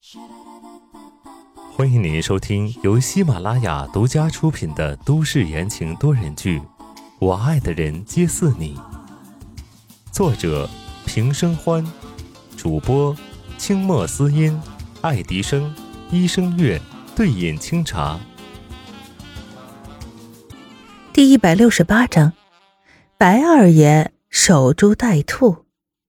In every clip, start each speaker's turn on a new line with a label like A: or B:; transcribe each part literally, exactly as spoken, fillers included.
A: 欢迎您收听由喜马拉雅独家出品的都市言情多人剧《我爱的人皆似你》，作者平生欢，主播清墨思音、爱迪生、医生月、对饮清茶。
B: 第一百六十八章，白二爷守株待兔。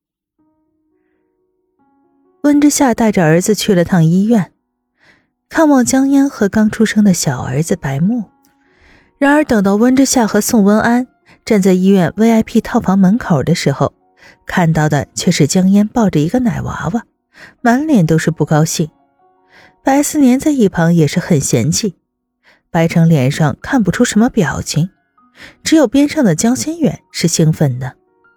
B: 温之夏带着儿子去了趟医院，看望江烟和刚出生的小儿子白木。然而等到温之夏和宋温安站在医院 V I P 套房门口的时候，看到的却是江烟抱着一个奶娃娃，满脸都是不高兴。白思年在一旁也是很嫌弃，白成脸上看不出什么表情，只有边上的江心远是兴奋的。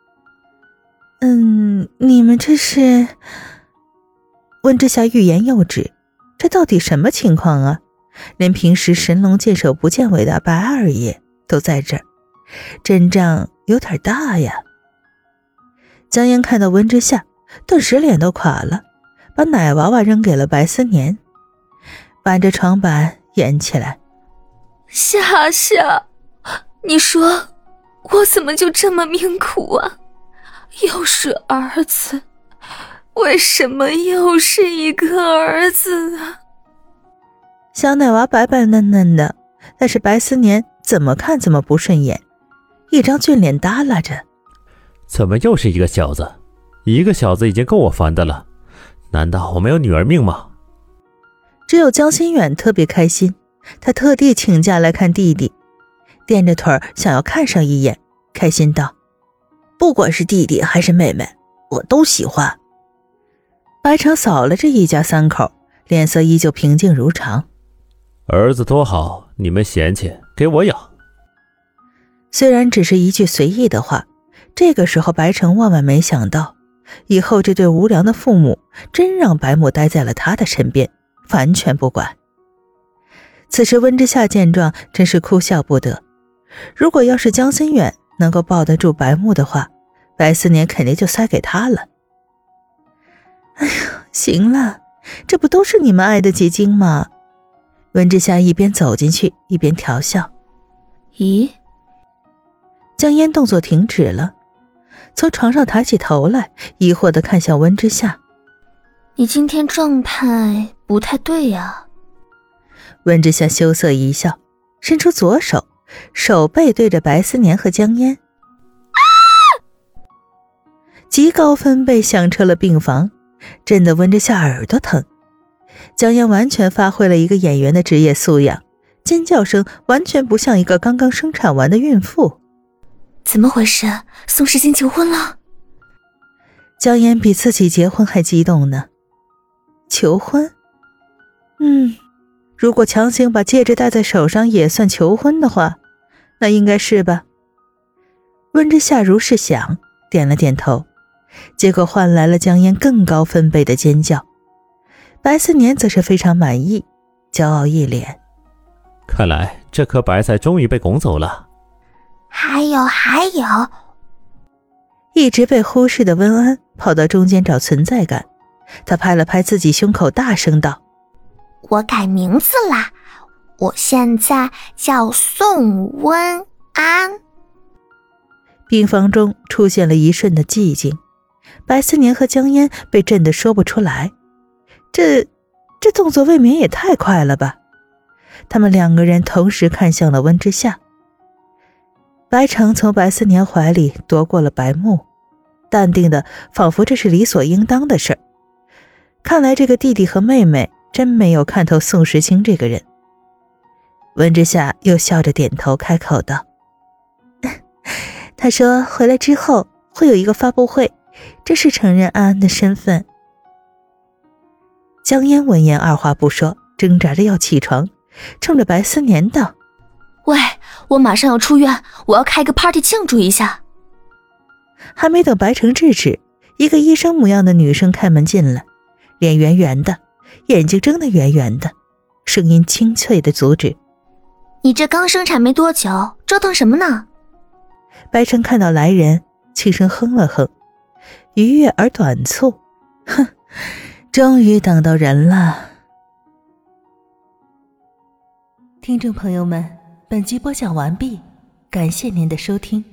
B: 嗯，你们这是……温之夏欲言又止，这到底什么情况啊？连平时神龙见首不见尾的白二爷都在这儿，阵仗有点大呀。江烟看到温之夏，顿时脸都垮了，把奶娃娃扔给了白思年，挽着床板演起来。
C: 夏夏，你说我怎么就这么命苦啊？又是儿子，为什么又是一个儿子啊？
B: 小奶娃白白嫩嫩的，但是白思年怎么看怎么不顺眼，一张俊脸耷拉着。
D: 怎么又是一个小子？一个小子已经够我烦的了，难道我没有女儿命吗？
B: 只有江心远特别开心，他特地请假来看弟弟，垫着腿想要看上一眼，开心道：不管是弟弟还是妹妹，我都喜欢。白成扫了这一家三口，脸色依旧平静如常。
D: 儿子多好，你们嫌弃，给我养。
B: 虽然只是一句随意的话，这个时候白成万万没想到，以后这对无良的父母真让白木待在了他的身边，完全不管。此时温之夏见状真是哭笑不得，如果要是江心远能够抱得住白木的话，白思年肯定就塞给他了。哎呀，行了，这不都是你们爱的结晶吗？温之夏一边走进去一边调笑。
C: 咦？
B: 江烟动作停止了，从床上抬起头来，疑惑地看向温之夏。
C: 你今天状态不太对呀。
B: 温之夏羞涩一笑，伸出左手，手背对着白思年和江烟。啊！极高分贝响彻了病房，震得温之夏耳朵疼。江烟完全发挥了一个演员的职业素养，尖叫声完全不像一个刚刚生产完的孕妇。
C: 怎么回事？宋世清求婚了？
B: 江烟比自己结婚还激动呢。求婚？嗯，如果强行把戒指戴在手上也算求婚的话，那应该是吧。温之夏如是想，点了点头，结果换来了江烟更高分贝的尖叫。白思年则是非常满意，骄傲一脸。
D: 看来这颗白菜终于被拱走了。
C: 还有还有，
B: 一直被忽视的温安跑到中间找存在感，他拍了拍自己胸口，大声道：
C: 我改名字啦，我现在叫宋温安。
B: 病房中出现了一瞬的寂静，白思年和江烟被震得说不出来，这这动作未免也太快了吧。他们两个人同时看向了温之夏。白成从白思年怀里夺过了白木，淡定的仿佛这是理所应当的事儿。看来这个弟弟和妹妹真没有看透宋时清这个人。温之夏又笑着点头开口道：他说回来之后会有一个发布会，这是承认安安的身份。江烟闻言二话不说，挣扎着要起床，冲着白思年道：
C: 喂，我马上要出院，我要开个 party 庆祝一下。
B: 还没等白成制止，一个医生模样的女生开门进来，脸圆圆的，眼睛睁得圆圆的，声音清脆的阻止：
C: 你这刚生产没多久，折腾什么呢？
B: 白成看到来人，轻声哼了哼，愉悦而短促。哼， 终于等到人了。听众朋友们，本集播讲完毕，感谢您的收听。